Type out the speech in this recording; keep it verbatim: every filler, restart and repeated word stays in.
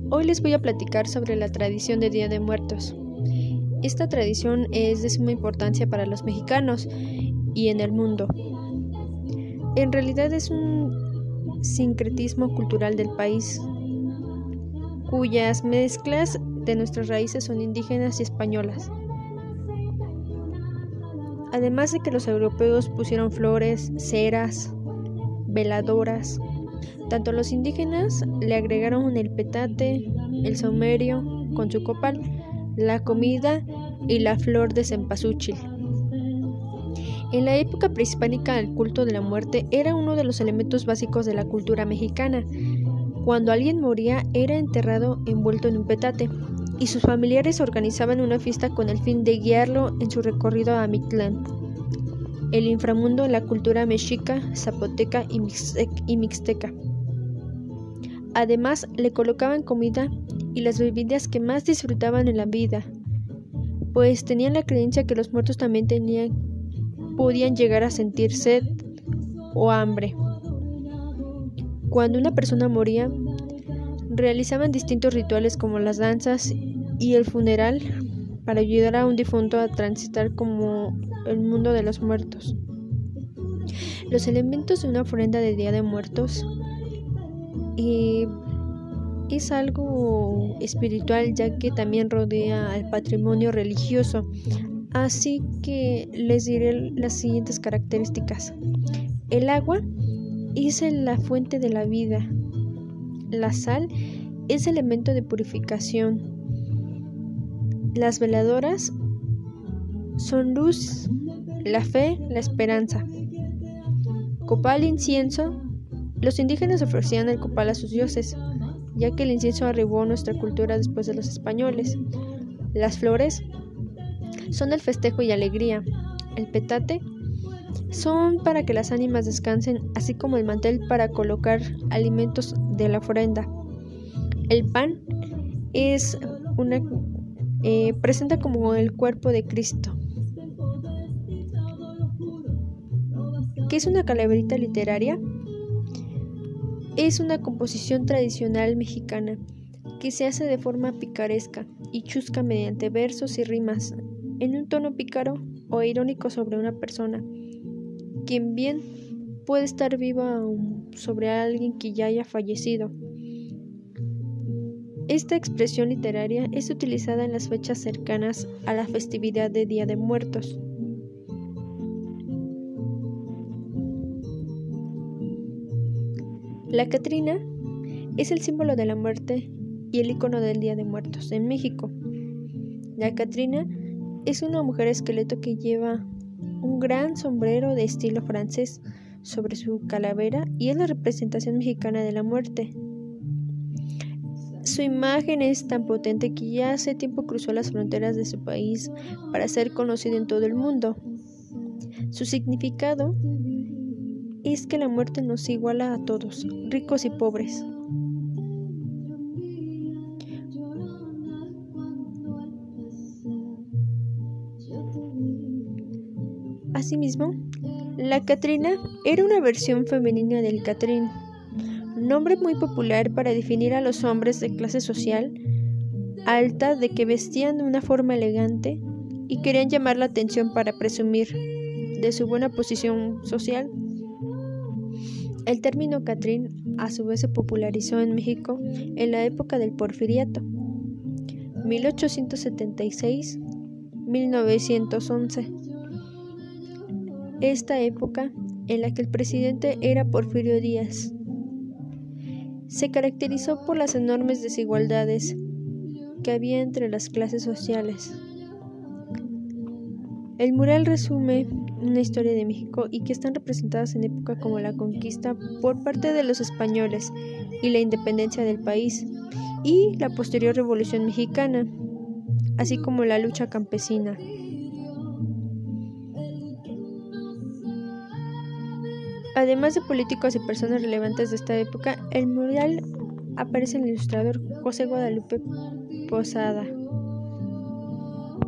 Hoy les voy a platicar sobre la tradición de Día de Muertos. Esta tradición es de suma importancia para los mexicanos y en el mundo. En realidad es un sincretismo cultural del país, cuyas mezclas de nuestras raíces son indígenas y españolas. Además de que los europeos pusieron flores, ceras, veladoras, tanto los indígenas le agregaron el petate, el saumerio con su copal, la comida y la flor de cempasúchil. En la época prehispánica, el culto de la muerte era uno de los elementos básicos de la cultura mexicana. Cuando alguien moría, era enterrado envuelto en un petate, y sus familiares organizaban una fiesta con el fin de guiarlo en su recorrido a Mictlán, el inframundo en la cultura mexica, zapoteca y, mixtec y mixteca. Además, le colocaban comida y las bebidas que más disfrutaban en la vida, pues tenían la creencia que los muertos también tenían, podían llegar a sentir sed o hambre. Cuando una persona moría, realizaban distintos rituales como las danzas y el funeral para ayudar a un difunto a transitar como el mundo de los muertos. Los elementos de una ofrenda de Día de Muertos eh, es algo espiritual, ya que también rodea al patrimonio religioso. Así que les diré las siguientes características. El agua es la fuente de la vida. La sal es elemento de purificación. Las veladoras son luz, la fe, la esperanza. Copal e incienso. Los indígenas ofrecían el copal a sus dioses, ya que el incienso arribó a nuestra cultura después de los españoles. Las flores son el festejo y alegría. El petate son para que las ánimas descansen, así como el mantel para colocar alimentos de la ofrenda. El pan es una eh, presenta como el cuerpo de Cristo. ¿Qué es una calaverita literaria? Es una composición tradicional mexicana que se hace de forma picaresca y chusca mediante versos y rimas en un tono pícaro o irónico sobre una persona, quien bien puede estar viva o sobre alguien que ya haya fallecido. Esta expresión literaria es utilizada en las fechas cercanas a la festividad de Día de Muertos. La Catrina es el símbolo de la muerte y el icono del Día de Muertos en México. La Catrina es una mujer esqueleto que lleva un gran sombrero de estilo francés sobre su calavera y es la representación mexicana de la muerte. Su imagen es tan potente que ya hace tiempo cruzó las fronteras de su país para ser conocido en todo el mundo. Su significado es que la muerte nos iguala a todos, ricos y pobres. Asimismo, la Catrina era una versión femenina del Catrín, nombre muy popular para definir a los hombres de clase social alta de que vestían de una forma elegante y querían llamar la atención para presumir de su buena posición social. El término Catrín a su vez se popularizó en México en la época del Porfiriato, mil ochocientos setenta y seis a mil novecientos once. Esta época, en la que el presidente era Porfirio Díaz, se caracterizó por las enormes desigualdades que había entre las clases sociales. El mural resume una historia de México y que están representadas en época como la conquista por parte de los españoles y la independencia del país, y la posterior Revolución Mexicana, así como la lucha campesina. Además de políticos y personas relevantes de esta época, el mural aparece en el ilustrador José Guadalupe Posada.